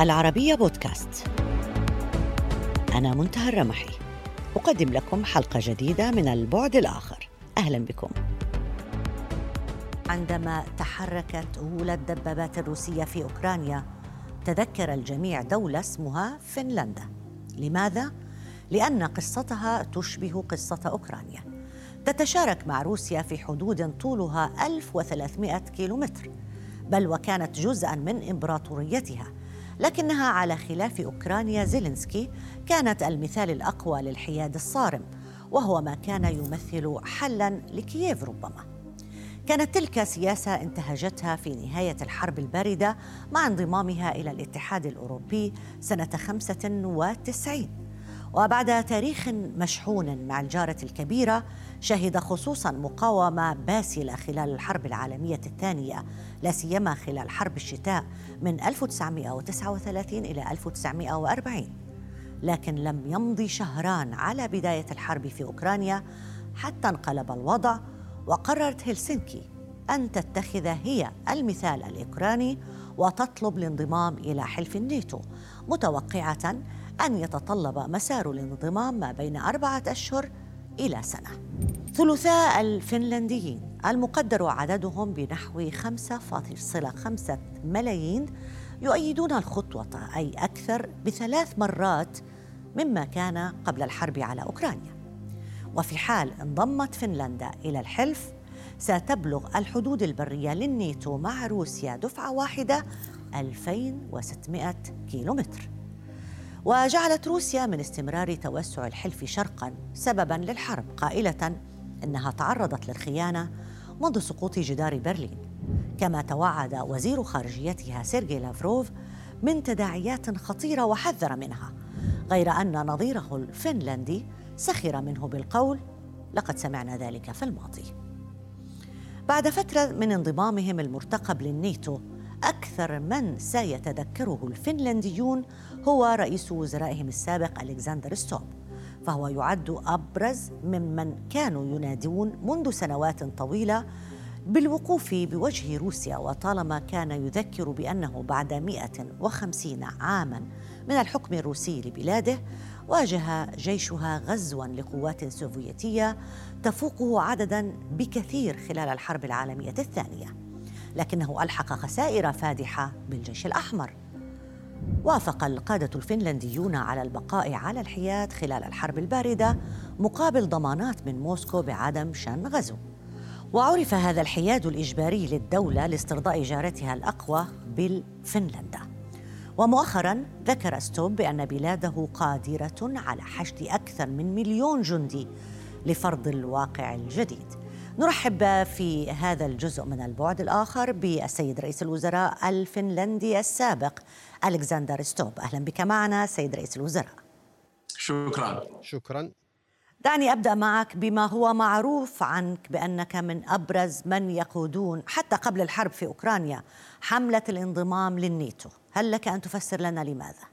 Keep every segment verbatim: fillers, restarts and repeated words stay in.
العربية بودكاست. أنا منتهى الرمحي، أقدم لكم حلقة جديدة من البعد الآخر. أهلا بكم. عندما تحركت أولى الدبابات الروسية في أوكرانيا، تذكر الجميع دولة اسمها فنلندا. لماذا؟ لأن قصتها تشبه قصة أوكرانيا، تتشارك مع روسيا في حدود طولها ألف وثلاثمائة كيلومتر، بل وكانت جزءاً من إمبراطوريتها. لكنها على خلاف أوكرانيا زيلينسكي كانت المثال الأقوى للحياد الصارم، وهو ما كان يمثل حلاً لكييف ربما. كانت تلك سياسة انتهجتها في نهاية الحرب الباردة مع انضمامها إلى الاتحاد الأوروبي سنة خمسة وتسعين. وبعد تاريخ مشحون مع الجارة الكبيرة شهد خصوصاً مقاومة باسلة خلال الحرب العالمية الثانية، لا سيما خلال حرب الشتاء من ألف وتسعمائة وتسعة وثلاثين إلى ألف وتسعمائة وأربعين. لكن لم يمضي شهران على بداية الحرب في أوكرانيا حتى انقلب الوضع، وقررت هلسنكي أن تتخذ هي المثال الأوكراني وتطلب الانضمام إلى حلف الناتو، متوقعة أن يتطلب مسار الانضمام ما بين أربعة أشهر إلى سنة. ثلثاء الفنلنديين المقدر عددهم بنحو خمسة فاصلة خمسة ملايين يؤيدون الخطوة، أي أكثر بثلاث مرات مما كان قبل الحرب على أوكرانيا. وفي حال انضمت فنلندا إلى الحلف ستبلغ الحدود البرية للناتو مع روسيا دفعة واحدة ألفين وستمائة كيلومتر. وجعلت روسيا من استمرار توسع الحلف شرقاً سبباً للحرب، قائلة إنها تعرضت للخيانة منذ سقوط جدار برلين. كما توعد وزير خارجيتها سيرجي لافروف من تداعيات خطيرة وحذر منها، غير أن نظيره الفنلندي سخر منه بالقول: لقد سمعنا ذلك في الماضي. بعد فترة من انضمامهم المرتقب للناتو، أكثر من سيتذكره الفنلنديون هو رئيس وزرائهم السابق ألكسندر ستوب، فهو يعد أبرز ممن كانوا ينادون منذ سنوات طويلة بالوقوف بوجه روسيا، وطالما كان يذكر بأنه بعد مئة وخمسين عاماً من الحكم الروسي لبلاده واجه جيشها غزواً لقوات سوفيتية تفوقه عدداً بكثير خلال الحرب العالمية الثانية، لكنه ألحق خسائر فادحة بالجيش الأحمر. وافق القادة الفنلنديون على البقاء على الحياد خلال الحرب الباردة مقابل ضمانات من موسكو بعدم شن غزو. وعرف هذا الحياد الإجباري للدولة لاسترضاء جارتها الأقوى بالفنلندا. ومؤخراً ذكر ستوب بأن بلاده قادرة على حشد أكثر من مليون جندي لفرض الواقع الجديد. نرحب في هذا الجزء من البعد الآخر بالسيد رئيس الوزراء الفنلندي السابق ألكسندر ستوب. أهلا بك معنا سيد رئيس الوزراء. شكرا شكرا. دعني أبدأ معك بما هو معروف عنك بأنك من أبرز من يقودون حتى قبل الحرب في أوكرانيا حملة الانضمام للناتو. هل لك أن تفسر لنا لماذا؟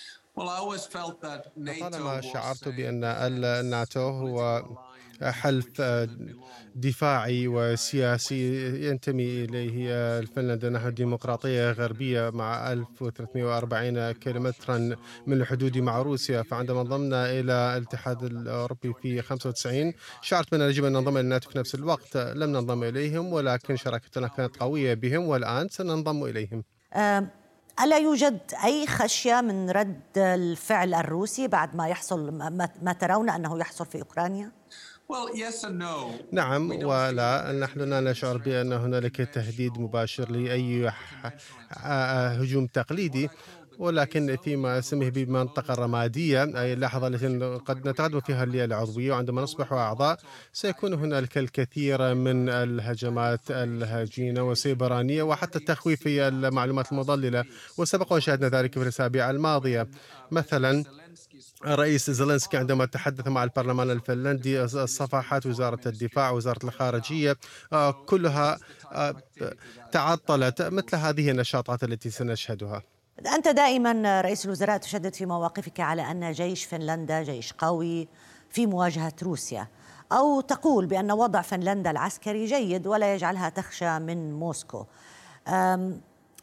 طالما شعرت بأن الناتو هو حلف دفاعي وسياسي ينتمي إليه الفنلند، نحن ديمقراطية غربية مع ألف وثلاثمائة وأربعين كيلومترا من الحدود مع روسيا. فعندما انضمنا إلى الاتحاد الأوروبي في خمسة وتسعين شعرت بأن يجب أن ننضم إلى الناتو في نفس الوقت. لم ننضم إليهم، ولكن شراكتنا كانت قوية بهم، والآن سننضم إليهم. ألا يوجد أي خشية من رد الفعل الروسي بعد ما يحصل ما ترون أنه يحصل في أوكرانيا؟ نعم ولا. نحن لا نشعر بأن هنالك تهديد مباشر لأي هجوم تقليدي، ولكن فيما اسمه بمنطقة الرمادية، أي اللحظة التي قد نتقدم فيها العضوية، وعندما نصبح أعضاء سيكون هنالك الكثير من الهجمات الهجينة والسيبرانية وحتى التخويفية المعلومات المضللة، وسبق وشاهدنا ذلك في الأسابيع الماضية. مثلا الرئيس زيلينسكي عندما تحدث مع البرلمان الفنلندي، الصفحات وزارة الدفاع وزارة الخارجية كلها تعطلت. مثل هذه النشاطات التي سنشهدها. أنت دائما رئيس الوزراء تشدد في مواقفك على أن جيش فنلندا جيش قوي في مواجهة روسيا، أو تقول بأن وضع فنلندا العسكري جيد ولا يجعلها تخشى من موسكو.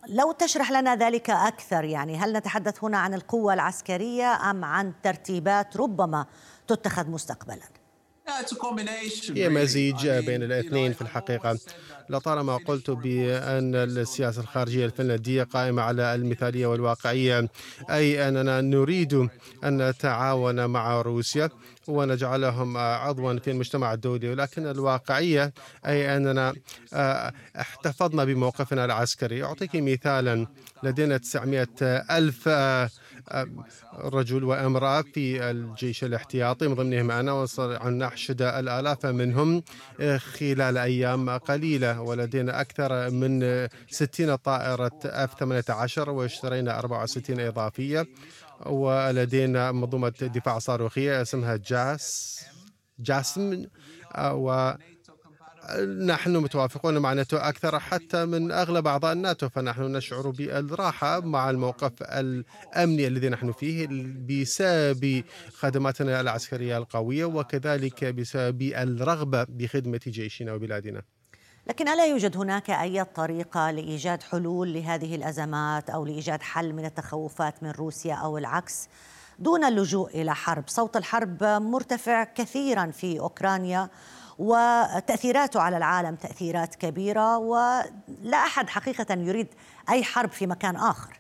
لو تشرح لنا ذلك أكثر، يعني هل نتحدث هنا عن القوة العسكرية أم عن ترتيبات ربما تتخذ مستقبلا؟ هي مزيج بين الاثنين في الحقيقة. لطالما قلت بأن السياسة الخارجية الفنلندية قائمة على المثالية والواقعية، أي أننا نريد أن نتعاون مع روسيا ونجعلهم عضوا في المجتمع الدولي، ولكن الواقعية أي أننا احتفظنا بموقفنا العسكري. أعطيك مثالا، لدينا تسعمائة ألف رجل وامرأة في الجيش الاحتياطي، من ضمنهم أنا، وصل أن نحشد الآلاف منهم خلال أيام قليلة، ولدينا أكثر من ستين طائرة أف ثمانية عشر واشترينا أربعة وستين إضافية، ولدينا منظومة دفاع صاروخية اسمها جاس جاسم، و نحن متوافقون مع ناتو أكثر حتى من أغلب أعضاء الناتو، فنحن نشعر بالراحة مع الموقف الأمني الذي نحن فيه بسبب خدماتنا العسكرية القوية، وكذلك بسبب الرغبة بخدمة جيشنا وبلادنا. لكن ألا يوجد هناك أي طريقة لإيجاد حلول لهذه الأزمات أو لإيجاد حل من التخوفات من روسيا أو العكس دون اللجوء إلى حرب؟ صوت الحرب مرتفع كثيرا في أوكرانيا، وتأثيراته على العالم تأثيرات كبيرة، ولا أحد حقيقة يريد أي حرب في مكان آخر.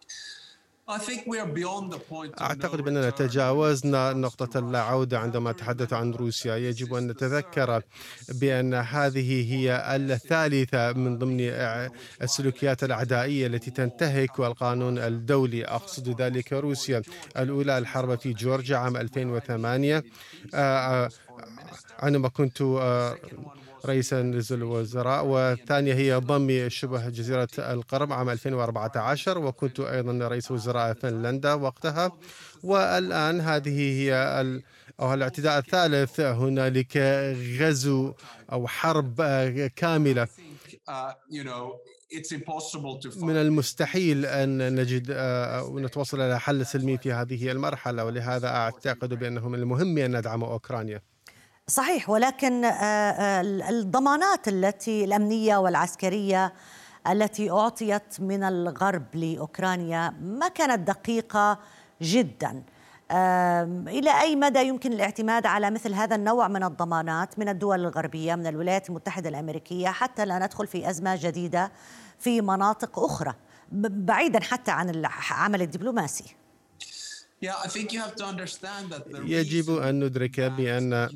أعتقد بأننا تجاوزنا نقطة العودة عندما نتحدث عن روسيا. يجب أن نتذكر بأن هذه هي الثالثة من ضمن السلوكيات العدائية التي تنتهك القانون الدولي، أقصد ذلك روسيا. الأولى الحرب في جورجيا عام ألفين وثمانية عندما كنت رئيسا للوزراء، والثانية هي ضم شبه جزيرة القرم عام ألفين وأربعة عشر، وكنت أيضا رئيس وزراء فنلندا وقتها. والآن هذه هي أو الاعتداء الثالث. هنالك غزو أو حرب كاملة. من المستحيل أن نجد أو نتوصل إلى حل سلمي في هذه المرحلة، ولهذا أعتقد بأنه من المهم أن ندعم أوكرانيا. صحيح، ولكن الضمانات التي الأمنية والعسكرية التي أعطيت من الغرب لأوكرانيا ما كانت دقيقة جدا. إلى أي مدى يمكن الاعتماد على مثل هذا النوع من الضمانات من الدول الغربية، من الولايات المتحدة الأمريكية، حتى لا ندخل في أزمة جديدة في مناطق أخرى بعيدا حتى عن العمل الدبلوماسي؟ يجب أن ندرك بأن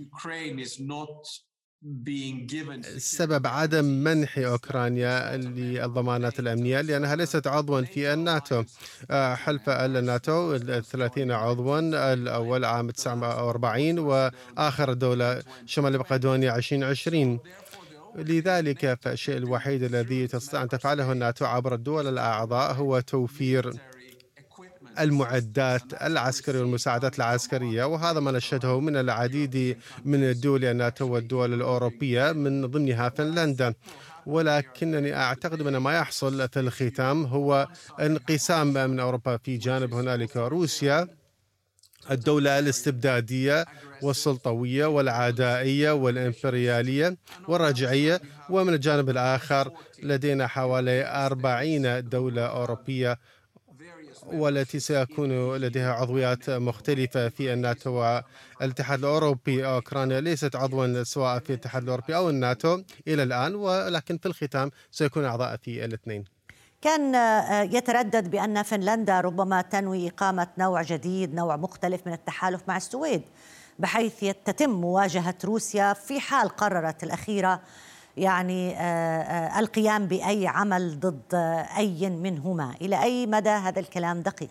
سبب عدم منح أوكرانيا للضمانات الأمنية لأنها ليست عضوا في الناتو. حلف الناتو الثلاثين عضوا، الأول عام تسعة وأربعين وآخر دولة شمال مقدونيا عشرين عشرين. لذلك فالشيء الوحيد الذي تستطيع أن تفعله الناتو عبر الدول الأعضاء هو توفير المعدات العسكرية والمساعدات العسكرية، وهذا ما نشهده من العديد من الدول الناتو والدول الأوروبية من ضمنها فنلندا. ولكنني أعتقد أن ما يحصل في الختام هو انقسام من أوروبا. في جانب هنالك روسيا الدولة الاستبدادية والسلطوية والعدائية والإمبريالية والرجعية، ومن الجانب الآخر لدينا حوالي أربعين دولة أوروبية والتي سيكون لديها عضويات مختلفة في الناتو والاتحاد الأوروبي. أوكرانيا ليست عضوا سواء في الاتحاد الأوروبي أو الناتو إلى الآن، ولكن في الختام سيكون أعضاء في الاثنين. كان يتردد بأن فنلندا ربما تنوي إقامة نوع جديد، نوع مختلف من التحالف مع السويد، بحيث تتم مواجهة روسيا في حال قررت الأخيرة يعني القيام بأي عمل ضد أي منهما. إلى أي مدى هذا الكلام دقيق؟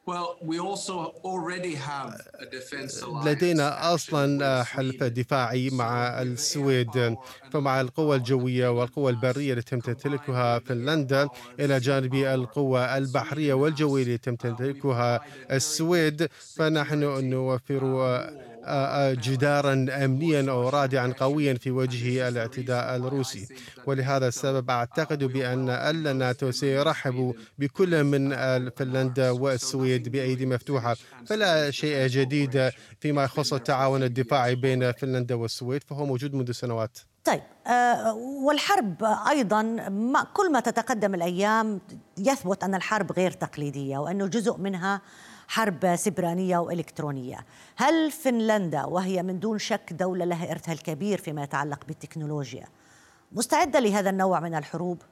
لدينا أصلا حلف دفاعي مع السويد، فمع القوى الجوية والقوى البرية التي تمتلكها فنلندا إلى جانب القوى البحرية والجوية التي تمتلكها السويد، فنحن نوفر جدارا أمنيا أو رادعا قويا في وجه الاعتداء الروسي. ولهذا السبب أعتقد بأن الناتو سيرحب بكل من فنلندا والسويد بأيدي مفتوحة، فلا شيء جديد فيما يخص التعاون الدفاعي بين فنلندا والسويد، فهو موجود منذ سنوات. طيب آه، والحرب أيضا ما كل ما تتقدم الأيام يثبت أن الحرب غير تقليدية وأنه جزء منها حرب سبرانية وإلكترونية. هل فنلندا وهي من دون شك دولة لها إرثها الكبير فيما يتعلق بالتكنولوجيا مستعدة لهذا النوع من الحروب؟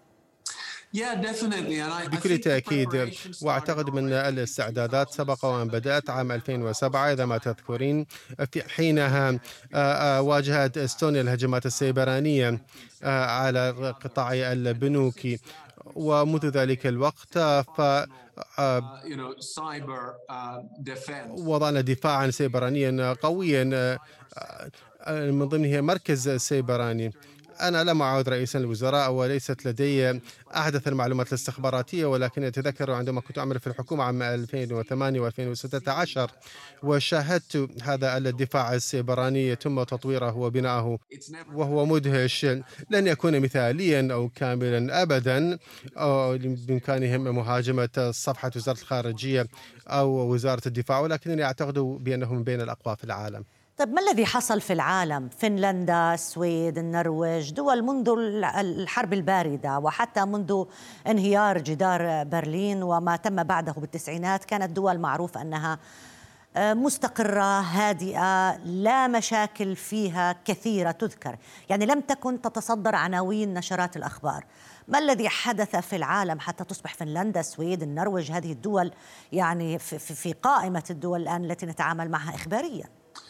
بكل تأكيد، وأعتقد من الاستعدادات سبق وأن بدأت عام ألفين وسبعة إذا ما تذكرين، في حينها واجهت إستونيا الهجمات السيبرانية على قطاع البنوك، ومنذ ذلك الوقت ف وضعنا دفاعا سيبرانيا قويا من ضمنه مركز سيبراني. أنا لم أعد رئيسا للوزراء وليست لدي أحدث المعلومات الاستخباراتية، ولكن أتذكر عندما كنت أعمل في الحكومة عام ألفين وثمانية وألفين وستة عشر وشاهدت هذا الدفاع السيبراني يتم تطويره وبناءه، وهو مدهش. لن يكون مثاليا أو كاملا أبدا، أو بإمكانهم مهاجمة صفحة وزارة الخارجية أو وزارة الدفاع، ولكنني أعتقد بأنه من بين الأقوى في العالم. طيب ما الذي حصل في العالم؟ فنلندا، السويد، النرويج، دول منذ الحرب الباردة وحتى منذ انهيار جدار برلين وما تم بعده بالتسعينات كانت دول معروف أنها مستقرة هادئة لا مشاكل فيها كثيرة تذكر، يعني لم تكن تتصدر عناوين نشرات الأخبار. ما الذي حدث في العالم حتى تصبح فنلندا، السويد، النرويج هذه الدول يعني في قائمة الدول الآن التي نتعامل معها إخباريا؟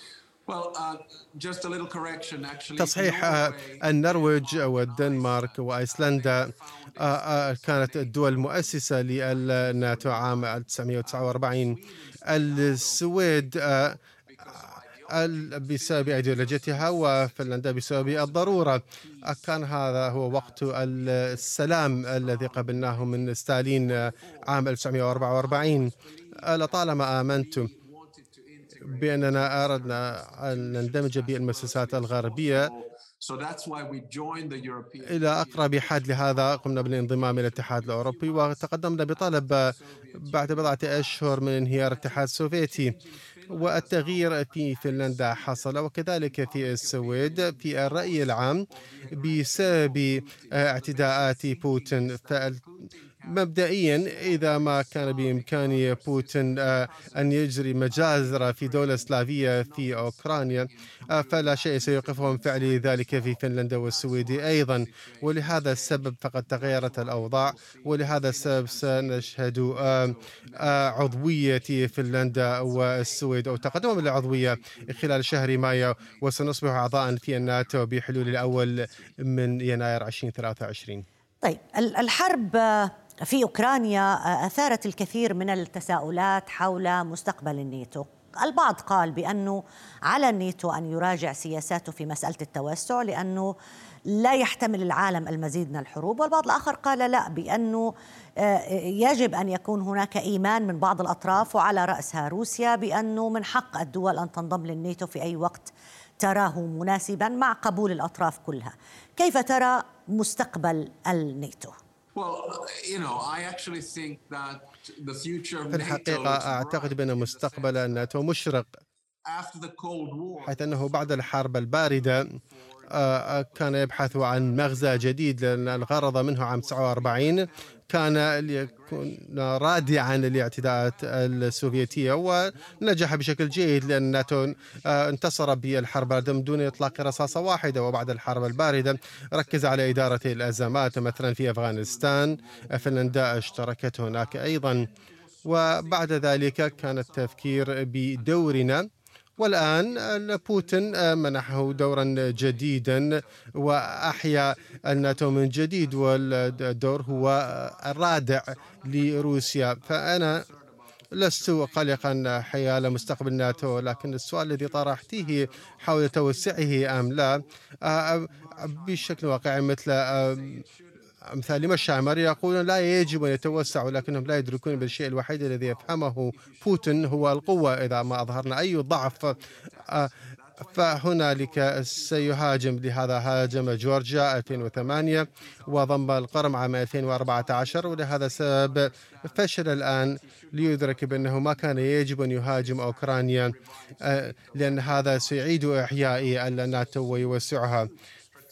تصحيح، النرويج والدنمارك وأيسلندا كانت الدول المؤسسة للناتو عام ألف وتسعمئة وتسعة وأربعين. السويد بسبب أيديولوجيتها وفنلندا بسبب الضرورة. كان هذا هو وقت السلام الذي قبلناه من ستالين عام ألف وتسعمئة وأربعة وأربعين. لطالما آمنت بأننا أردنا أن نندمج بالمؤسسات الغربية إلى أقرب حد، لهذا قمنا بالانضمام إلى الاتحاد الأوروبي وتقدمنا بطلب بعد بضعة أشهر من انهيار الاتحاد السوفيتي. والتغيير في فنلندا حصل وكذلك في السويد في الرأي العام بسبب اعتداءات بوتين. مبدئيا إذا ما كان بإمكان بوتين أن يجري مجازر في دولة سلافية في أوكرانيا، فلا شيء سيوقفه من فعل ذلك في فنلندا والسويد أيضا. ولهذا السبب فقد تغيرت الأوضاع، ولهذا السبب سنشهد عضوية فنلندا والسويد أو تقدم بالعضوية خلال شهر مايو، وسنصبح أعضاء في الناتو بحلول الأول من يناير ألفين وثلاثة وعشرين. طيب الحرب في أوكرانيا أثارت الكثير من التساؤلات حول مستقبل الناتو. البعض قال بأنه على الناتو أن يراجع سياساته في مسألة التوسع لأنه لا يحتمل العالم المزيد من الحروب، والبعض الآخر قال لا، بأنه يجب أن يكون هناك إيمان من بعض الأطراف وعلى رأسها روسيا بأنه من حق الدول أن تنضم للناتو في أي وقت تراه مناسبا مع قبول الأطراف كلها. كيف ترى مستقبل الناتو؟ في الحقيقة أعتقد بأن مستقبل الناتو مشرق، حيث أنه بعد الحرب الباردة كان يبحث عن مغزى جديد، لأن الغرض منه عام تسعة وأربعين كان ليكون رادعا للاعتداءات السوفيتية، ونجح بشكل جيد لأن الناتو انتصر بالحرب من دون إطلاق رصاصة واحدة. وبعد الحرب الباردة ركز على إدارة الأزمات مثلا في أفغانستان، فنلندا اشتركت هناك أيضا، وبعد ذلك كان التفكير بدورنا. والآن بوتين منحه دورا جديدا وأحيا الناتو من جديد، والدور هو الرادع لروسيا. فأنا لست قلقا حيال مستقبل الناتو، لكن السؤال الذي طرحته حول توسعه أم لا بشكل واقعي مثل مثال لما الشامر يقولون لا يجب أن يتوسعوا، لكنهم لا يدركون بالشيء الوحيد الذي يفهمه بوتين هو القوة. إذا ما أظهرنا أي ضعف فهنالك سيهاجم. لهذا هاجم جورجيا ألفين وثمانية وضم القرم عام ألفين وأربعة عشر، ولهذا السبب فشل الآن ليدرك بأنه ما كان يجب أن يهاجم أوكرانيا، لأن هذا سيعيد إحياء الناتو ويوسعها.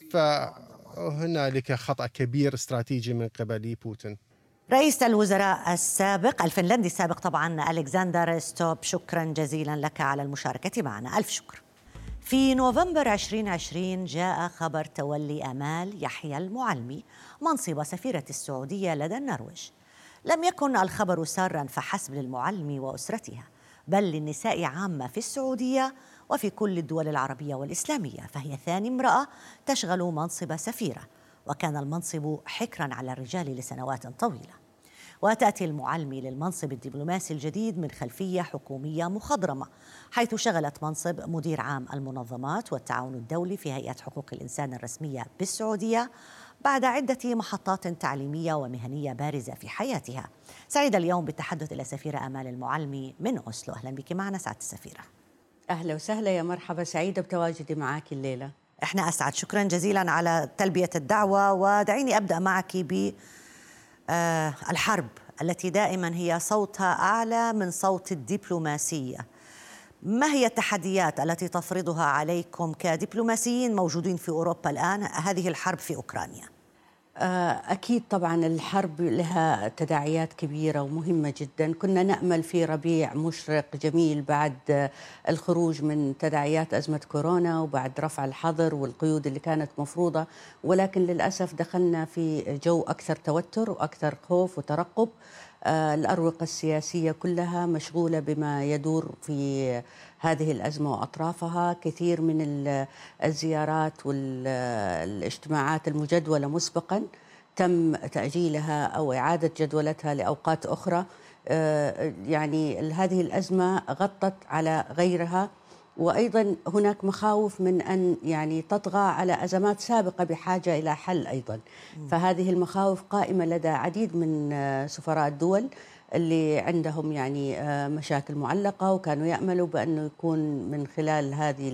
فهنالك خطأ كبير استراتيجي من قبل بوتين. رئيس الوزراء السابق الفنلندي السابق طبعا ألكسندر ستوب، شكرا جزيلا لك على المشاركة معنا. ألف شكر. في نوفمبر ألفين وعشرين جاء خبر تولي آمال يحيى المعلمي منصب سفيرة السعودية لدى النرويج. لم يكن الخبر سارا فحسب للمعلمي وأسرتها، بل للنساء عامة في السعودية وفي كل الدول العربية والإسلامية، فهي ثاني امرأة تشغل منصب سفيرة، وكان المنصب حكرا على الرجال لسنوات طويلة. وتأتي المعلمي للمنصب الدبلوماسي الجديد من خلفية حكومية مخضرمة، حيث شغلت منصب مدير عام المنظمات والتعاون الدولي في هيئة حقوق الإنسان الرسمية بالسعودية بعد عدة محطات تعليمية ومهنية بارزة في حياتها. سعيدة اليوم بالتحدث إلى سفيرة آمال المعلمي من أوسلو. أهلا بك معنا سعادة السفيرة. أهلا وسهلا، يا مرحبا، سعيدة بتواجدي معك الليلة. إحنا أسعد، شكرا جزيلا على تلبية الدعوة. ودعيني أبدأ معك ب آه الحرب التي دائما هي صوتها أعلى من صوت الدبلوماسية. ما هي التحديات التي تفرضها عليكم كدبلوماسيين موجودين في أوروبا الآن هذه الحرب في أوكرانيا؟ أكيد طبعا الحرب لها تداعيات كبيرة ومهمة جدا. كنا نأمل في ربيع مشرق جميل بعد الخروج من تداعيات أزمة كورونا وبعد رفع الحظر والقيود اللي كانت مفروضة، ولكن للأسف دخلنا في جو أكثر توتر وأكثر خوف وترقب. الأروقة السياسية كلها مشغولة بما يدور في هذه الأزمة وأطرافها. كثير من الزيارات والاجتماعات المجدولة مسبقا تم تأجيلها أو إعادة جدولتها لأوقات أخرى. يعني هذه الأزمة غطت على غيرها، وأيضا هناك مخاوف من أن يعني تطغى على أزمات سابقة بحاجة إلى حل أيضا. فهذه المخاوف قائمة لدى عديد من سفراء الدول اللي عندهم يعني مشاكل معلقة، وكانوا يأملوا بأنه يكون من خلال هذه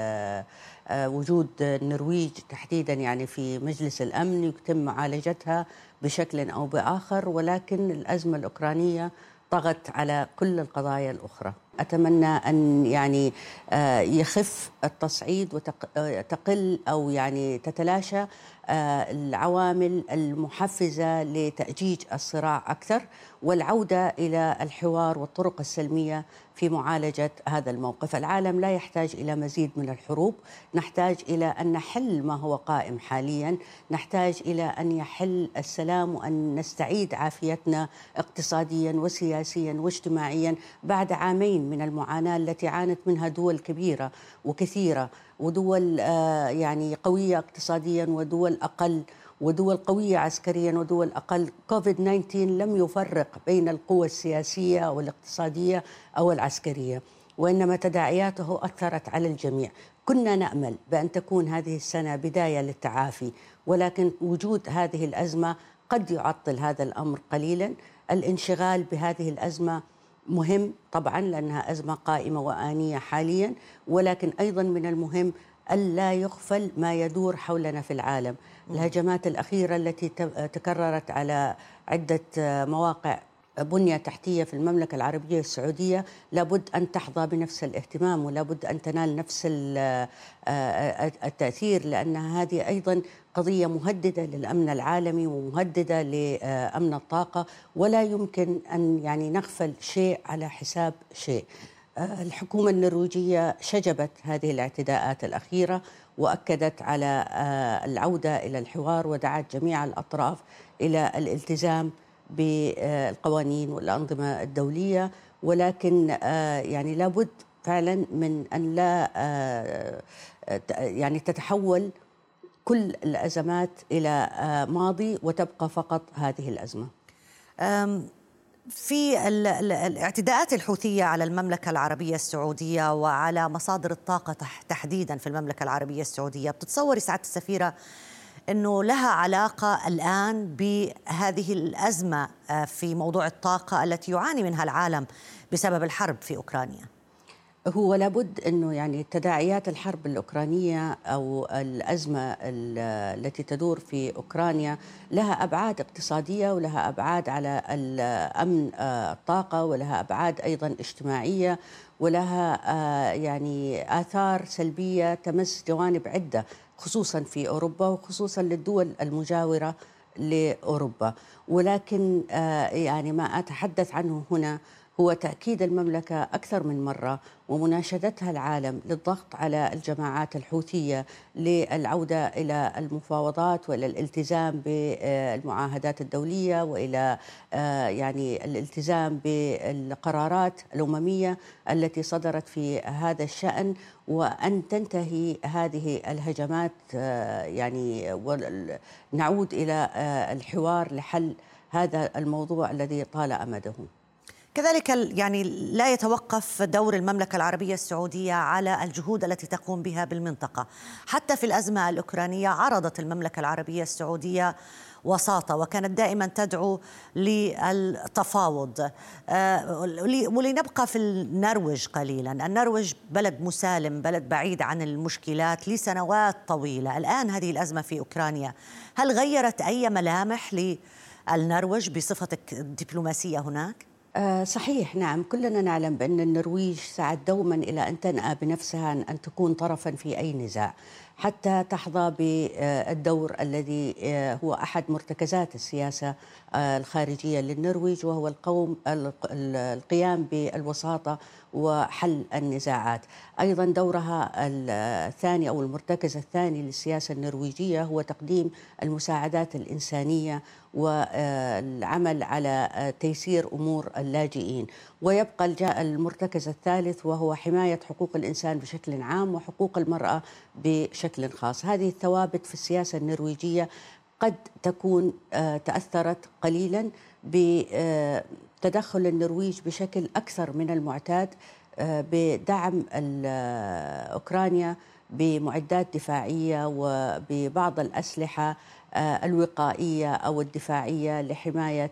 وجود النرويج تحديدا يعني في مجلس الأمن يتم معالجتها بشكل أو بآخر، ولكن الأزمة الأوكرانية طغت على كل القضايا الأخرى. أتمنى أن يعني يخف التصعيد وتقل أو يعني تتلاشى العوامل المحفزة لتأجيج الصراع أكثر، والعودة إلى الحوار والطرق السلمية في معالجة هذا الموقف. العالم لا يحتاج إلى مزيد من الحروب، نحتاج إلى أن نحل ما هو قائم حاليا، نحتاج إلى أن يحل السلام وأن نستعيد عافيتنا اقتصاديا وسياسيا واجتماعيا بعد عامين من المعاناة التي عانت منها دول كبيرة وكثيرة، ودول يعني قوية اقتصاديا ودول أقل، ودول قوية عسكريا ودول أقل. كوفيد تسعة عشر لم يفرق بين القوى السياسية أو الاقتصادية أو العسكرية، وإنما تداعياته أثرت على الجميع. كنا نأمل بأن تكون هذه السنة بداية للتعافي، ولكن وجود هذه الأزمة قد يعطل هذا الأمر قليلا. الانشغال بهذه الأزمة مهم طبعا لأنها أزمة قائمة وآنية حاليا، ولكن أيضا من المهم ألا يغفل ما يدور حولنا في العالم. الهجمات الأخيرة التي تكررت على عدة مواقع بنية تحتية في المملكة العربية السعودية لابد أن تحظى بنفس الاهتمام ولابد أن تنال نفس التأثير، لأن هذه أيضا قضية مهددة للأمن العالمي ومهددة لأمن الطاقة، ولا يمكن أن يعني نغفل شيء على حساب شيء. الحكومة النرويجية شجبت هذه الاعتداءات الأخيرة وأكدت على العودة إلى الحوار ودعت جميع الأطراف إلى الالتزام بالقوانين والأنظمة الدولية، ولكن يعني لابد فعلا من أن لا يعني تتحول كل الأزمات إلى ماضي وتبقى فقط هذه الأزمة. في الاعتداءات الحوثية على المملكة العربية السعودية وعلى مصادر الطاقة تحديدا في المملكة العربية السعودية، بتتصوري سعادة السفيرة أنه لها علاقة الآن بهذه الأزمة في موضوع الطاقة التي يعاني منها العالم بسبب الحرب في أوكرانيا؟ هو لابد أنه يعني تداعيات الحرب الأوكرانية أو الأزمة التي تدور في أوكرانيا لها أبعاد اقتصادية ولها أبعاد على الأمن الطاقة ولها أبعاد أيضا اجتماعية ولها يعني آثار سلبية تمس جوانب عدة خصوصا في أوروبا وخصوصا للدول المجاورة لأوروبا. ولكن يعني ما أتحدث عنه هنا هو تأكيد المملكة أكثر من مرة ومناشدتها العالم للضغط على الجماعات الحوثية للعودة إلى المفاوضات وإلى الالتزام بالمعاهدات الدولية وإلى يعني الالتزام بالقرارات الأممية التي صدرت في هذا الشأن، وأن تنتهي هذه الهجمات يعني ونعود إلى الحوار لحل هذا الموضوع الذي طال أمده. كذلك يعني لا يتوقف دور المملكة العربية السعودية على الجهود التي تقوم بها بالمنطقة. حتى في الأزمة الأوكرانية عرضت المملكة العربية السعودية وساطة وكانت دائما تدعو للتفاوض. ولنبقى في النرويج قليلا، النرويج بلد مسالم، بلد بعيد عن المشكلات لسنوات طويلة. الآن هذه الأزمة في أوكرانيا هل غيرت أي ملامح للنرويج بصفتك الدبلوماسية هناك؟ صحيح، نعم، كلنا نعلم بأن النرويج سعت دوما إلى أن تنأى بنفسها أن تكون طرفا في أي نزاع حتى تحظى بالدور الذي هو أحد مرتكزات السياسة الخارجية للنرويج، وهو القوم القيام بالوساطة وحل النزاعات. أيضا دورها الثاني أو المرتكز الثاني للسياسة النرويجية هو تقديم المساعدات الإنسانية والعمل على تيسير أمور اللاجئين. ويبقى المرتكز الثالث وهو حماية حقوق الإنسان بشكل عام وحقوق المرأة بشكل خاص. هذه الثوابت في السياسة النرويجية قد تكون تأثرت قليلا بتدخل النرويج بشكل أكثر من المعتاد بدعم أوكرانيا بمعدات دفاعية وببعض الأسلحة الوقائية أو الدفاعية لحماية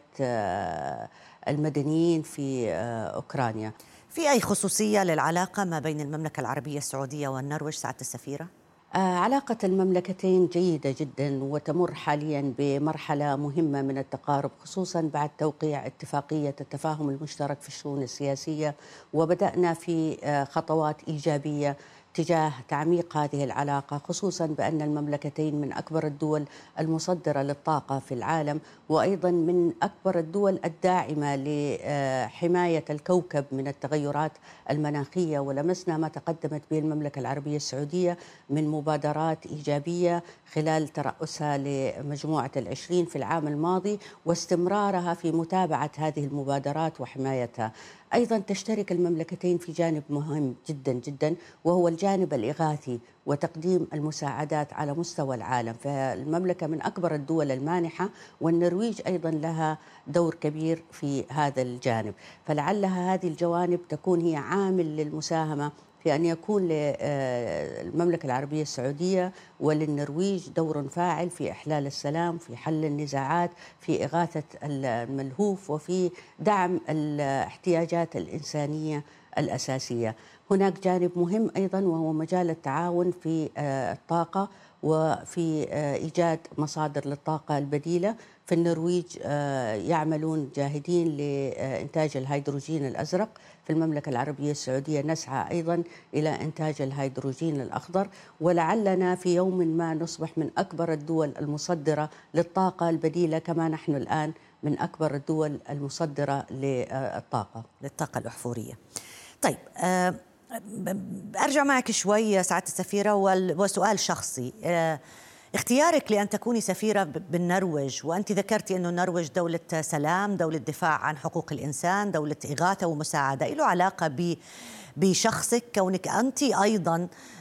المدنيين في أوكرانيا. في أي خصوصية للعلاقة ما بين المملكة العربية السعودية والنرويج سعادة السفيرة؟ علاقة المملكتين جيدة جدا وتمر حاليا بمرحلة مهمة من التقارب، خصوصا بعد توقيع اتفاقية التفاهم المشترك في الشؤون السياسية، وبدأنا في خطوات إيجابية تجاه تعميق هذه العلاقة، خصوصا بأن المملكتين من أكبر الدول المصدرة للطاقة في العالم، وأيضا من أكبر الدول الداعمة لحماية الكوكب من التغيرات المناخية. ولمسنا ما تقدمت به المملكة العربية السعودية من مبادرات إيجابية خلال ترأسها لمجموعة العشرين في العام الماضي واستمرارها في متابعة هذه المبادرات وحمايتها. أيضا تشترك المملكتين في جانب مهم جدا جدا وهو الجانب الإغاثي وتقديم المساعدات على مستوى العالم. فالمملكة من أكبر الدول المانحة، والنرويج أيضا لها دور كبير في هذا الجانب، فلعلها هذه الجوانب تكون هي عامل للمساهمة في أن يكون للمملكة العربية السعودية وللنرويج دور فاعل في إحلال السلام، في حل النزاعات، في إغاثة الملهوف، وفي دعم الاحتياجات الإنسانية الأساسية. هناك جانب مهم أيضا وهو مجال التعاون في الطاقة وفي إيجاد مصادر للطاقة البديلة. في النرويج يعملون جاهدين لإنتاج الهيدروجين الأزرق، في المملكة العربية السعودية نسعى أيضا إلى إنتاج الهيدروجين الأخضر، ولعلنا في يوم ما نصبح من أكبر الدول المصدرة للطاقة البديلة كما نحن الآن من أكبر الدول المصدرة للطاقة للطاقة الأحفورية. طيب أرجع معك شوي سعادة السفيرة وسؤال شخصي. اختيارك لأن تكوني سفيرة بالنرويج، وأنت ذكرتي أنه النرويج دولة سلام، دولة دفاع عن حقوق الإنسان، دولة إغاثة ومساعدة، له علاقة بشخصك كونك أنت أيضا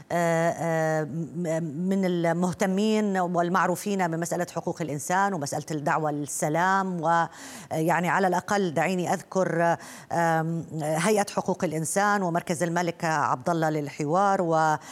من المهتمين والمعروفين بمسألة حقوق الإنسان ومسألة الدعوة للسلام، ويعني على الأقل دعيني أذكر هيئة حقوق الإنسان ومركز الملك عبد الله للحوار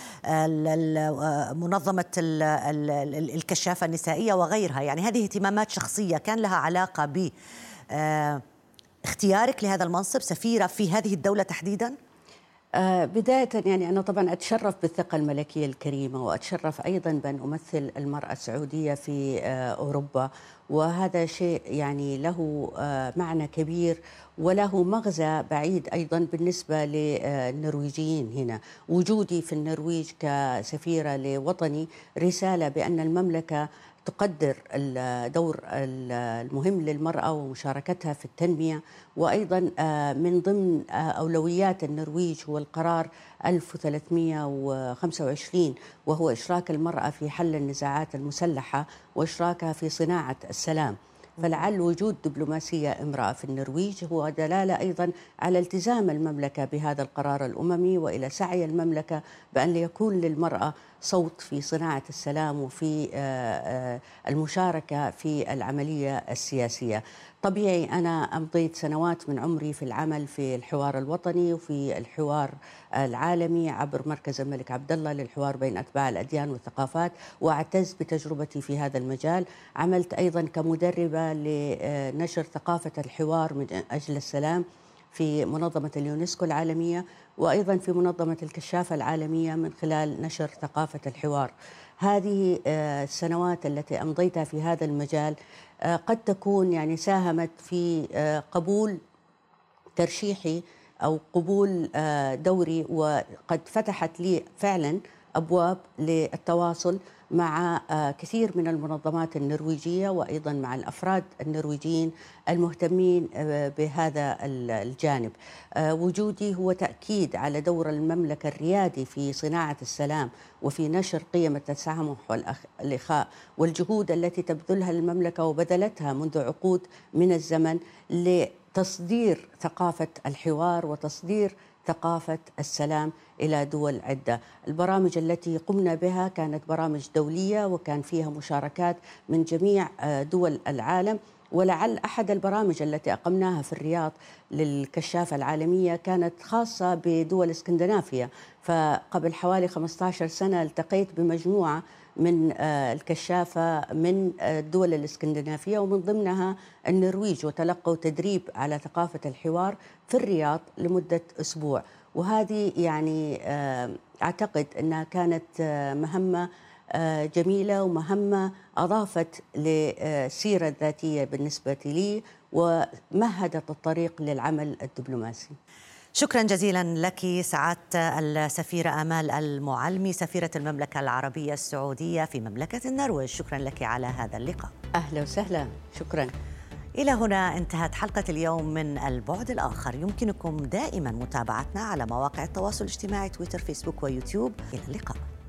ومنظمة الكشافة النسائية وغيرها. يعني هذه اهتمامات شخصية كان لها علاقة ب اختيارك لهذا المنصب سفيرة في هذه الدولة تحديداً؟ آه، بداية يعني أنا طبعا أتشرف بالثقة الملكية الكريمة، وأتشرف أيضا بأن أمثل المرأة السعودية في آه، أوروبا، وهذا شيء يعني له آه، معنى كبير وله مغزى بعيد أيضا بالنسبة للنرويجيين هنا. وجودي في النرويج كسفيرة لوطني رسالة بأن المملكة تقدر الدور المهم للمرأة ومشاركتها في التنمية. وأيضا من ضمن أولويات النرويج هو القرار ألف وثلاثمئة وخمسة وعشرين، وهو إشراك المرأة في حل النزاعات المسلحة وإشراكها في صناعة السلام. فلعل وجود دبلوماسية امرأة في النرويج هو دلالة أيضا على التزام المملكة بهذا القرار الأممي، وإلى سعي المملكة بأن يكون للمرأة صوت في صناعة السلام وفي المشاركة في العملية السياسية. طبيعي أنا أمضيت سنوات من عمري في العمل في الحوار الوطني وفي الحوار العالمي عبر مركز الملك عبد الله للحوار بين أتباع الأديان والثقافات، وأعتز بتجربتي في هذا المجال. عملت أيضا كمدربة لنشر ثقافة الحوار من أجل السلام في منظمة اليونسكو العالمية، وأيضا في منظمة الكشافة العالمية من خلال نشر ثقافة الحوار. هذه السنوات التي أمضيتها في هذا المجال قد تكون يعني ساهمت في قبول ترشيحي أو قبول دوري، وقد فتحت لي فعلا أبواب للتواصل مع كثير من المنظمات النرويجية، وأيضا مع الأفراد النرويجيين المهتمين بهذا الجانب. وجودي هو تأكيد على دور المملكة الريادي في صناعة السلام وفي نشر قيم التسامح والإخاء، والجهود التي تبذلها المملكة وبذلتها منذ عقود من الزمن لتصدير ثقافة الحوار وتصدير ثقافة السلام إلى دول عدة. البرامج التي قمنا بها كانت برامج دولية وكان فيها مشاركات من جميع دول العالم، ولعل أحد البرامج التي أقمناها في الرياض للكشافة العالمية كانت خاصة بدول اسكندنافيا. فقبل حوالي خمسة عشر سنة التقيت بمجموعة من الكشافة من الدول الاسكندنافية ومن ضمنها النرويج، وتلقوا تدريب على ثقافة الحوار في الرياض لمدة أسبوع. وهذه يعني أعتقد أنها كانت مهمة جميلة ومهمة أضافت للسيرة الذاتية بالنسبة لي ومهدت الطريق للعمل الدبلوماسي. شكرا جزيلا لك سعادة السفيرة آمال المعلمي سفيرة المملكة العربية السعودية في مملكة النرويج. شكرا لك على هذا اللقاء. أهلا وسهلا. شكرا. إلى هنا انتهت حلقة اليوم من البعد الآخر. يمكنكم دائما متابعتنا على مواقع التواصل الاجتماعي تويتر، فيسبوك ويوتيوب. إلى اللقاء.